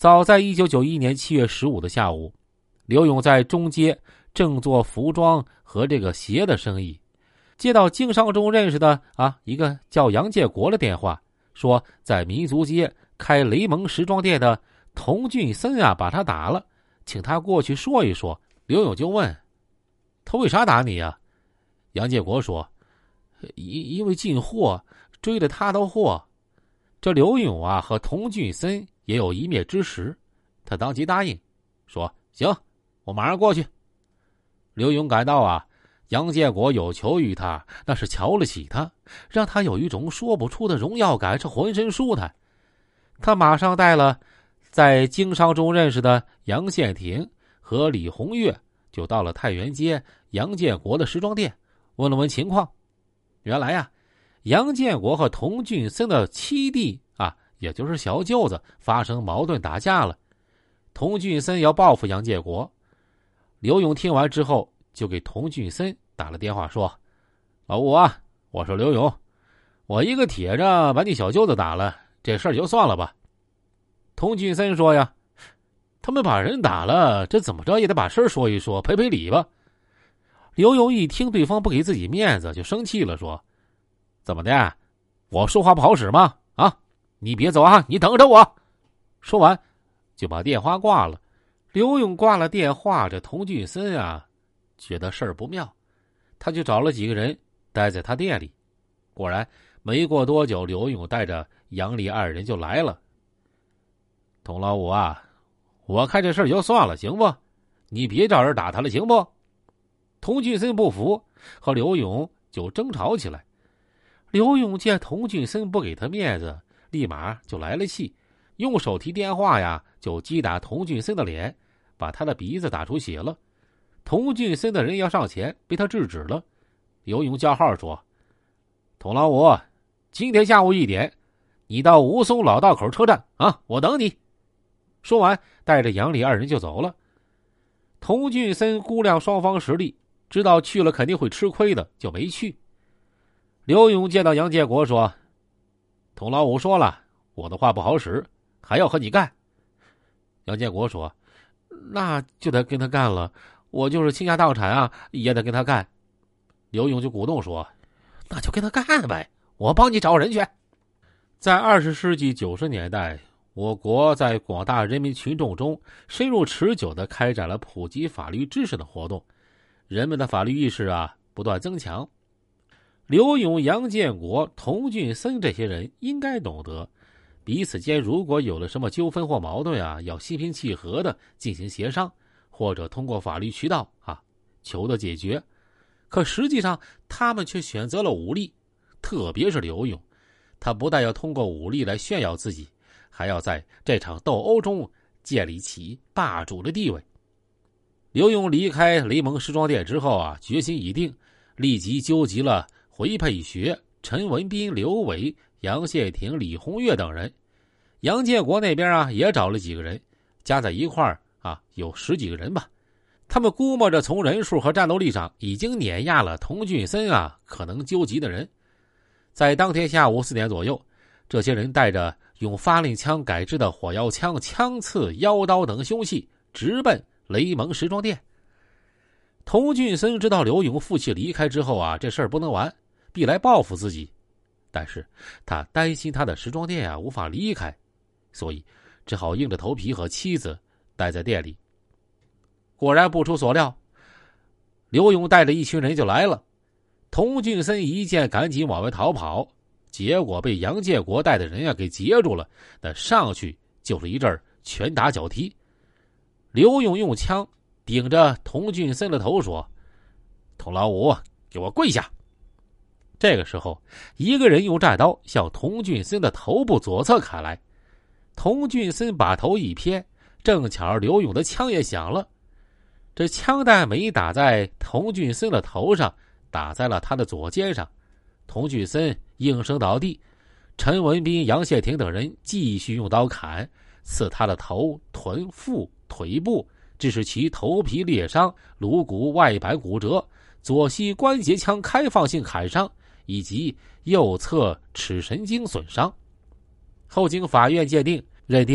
早在1991年7月15的下午，刘勇在中街正做服装和这个鞋的生意，接到经商中认识的一个叫杨建国的电话，说在民族街开雷蒙时装店的童俊森把他打了，请他过去说一说。刘勇就问他为啥打你呀？杨建国说因为进货追了他的货。这刘勇和童俊森也有一面之识，他当即答应说行，我马上过去。刘勇感到杨建国有求于他，那是瞧得起他，让他有一种说不出的荣耀感，是浑身舒坦。他马上带了在经商中认识的杨宪廷和李红月，就到了太原街杨建国的时装店，问了问情况。原来杨建国和童俊森的七弟也就是小舅子发生矛盾打架了，童俊森要报复杨建国。刘勇听完之后就给童俊森打了电话说，老吴我说刘勇，我一个铁子把你小舅子打了，这事儿就算了吧。童俊森说他们把人打了，这怎么着也得把事儿说一说，赔赔礼吧。刘勇一听对方不给自己面子，就生气了，说怎么的，我说话不好使吗？你别走你等着我。说完就把电话挂了。刘勇挂了电话，这童俊森觉得事儿不妙，他就找了几个人待在他店里。果然没过多久，刘勇带着杨丽二人就来了。童老五我看这事儿就算了，行不？你别找人打他了，行不？童俊森不服，和刘勇就争吵起来。刘勇见童俊森不给他面子，立马就来了气，用手提电话就击打童俊森的脸，把他的鼻子打出血了。童俊森的人要上前，被他制止了。刘勇叫号说，童老五，今天下午1点你到吴淞老道口车站我等你。说完带着杨丽二人就走了。童俊森估量双方实力，知道去了肯定会吃亏的，就没去。刘勇见到杨建国说，童老五说了，我的话不好使，还要和你干。杨建国说，那就得跟他干了，我就是倾家荡产也得跟他干。刘勇就鼓动说，那就跟他干呗，我帮你找人去。在20世纪90年代，我国在广大人民群众中深入持久地开展了普及法律知识的活动，人们的法律意识不断增强。刘勇、杨建国、童俊森这些人应该懂得，彼此间如果有了什么纠纷或矛盾要心平气和地进行协商，或者通过法律渠道求得解决。可实际上他们却选择了武力，特别是刘勇，他不但要通过武力来炫耀自己，还要在这场斗殴中建立起霸主的地位。刘勇离开雷蒙时装店之后决心已定，立即纠集了回佩学、陈文斌、刘伟、杨宪廷、李红月等人。杨建国那边也找了几个人，加在一块儿有10几个人吧。他们估摸着从人数和战斗力上已经碾压了童俊森可能纠集的人。在当天下午4点左右，这些人带着用发令枪改制的火药枪、枪刺、腰刀等凶器，直奔雷蒙时装店。童俊森知道刘勇负气离开之后这事儿不能完，必来报复自己，但是他担心他的时装店无法离开，所以只好硬着头皮和妻子待在店里。果然不出所料，刘勇带着一群人就来了。童俊森一见赶紧往外逃跑，结果被杨建国带的人给截住了，那上去就是一阵拳打脚踢。刘勇用枪顶着童俊森的头说，童老五，给我跪下。这个时候一个人用战刀向童俊森的头部左侧砍来，童俊森把头一偏，正巧刘勇的枪也响了，这枪弹没打在童俊森的头上，打在了他的左肩上，童俊森应声倒地。陈文斌、杨宪廷等人继续用刀砍，刺他的头、臀、腹、腿部，致使其头皮裂伤、颅骨外板骨折、左膝关节腔开放性砍伤以及右侧尺神经损伤。后经法院鉴定，认定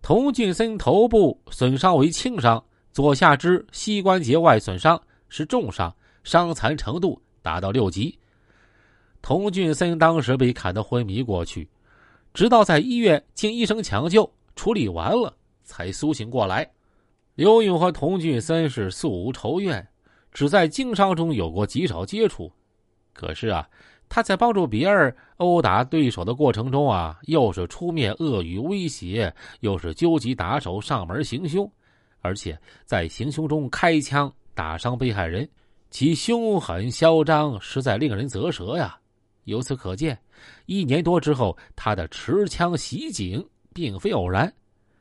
童俊森头部损伤为轻伤，左下肢膝关节外损伤是重伤，伤残程度达到6级。童俊森当时被砍得昏迷过去，直到在医院经医生抢救处理完了才苏醒过来。刘勇和童俊森是素无仇怨，只在经商中有过极少接触。可是他在帮助别人殴打对手的过程中又是出面恶语威胁，又是纠集打手上门行凶，而且在行凶中开枪打伤被害人，其凶狠嚣张实在令人啧舌呀。由此可见，1年多之后，他的持枪袭警并非偶然。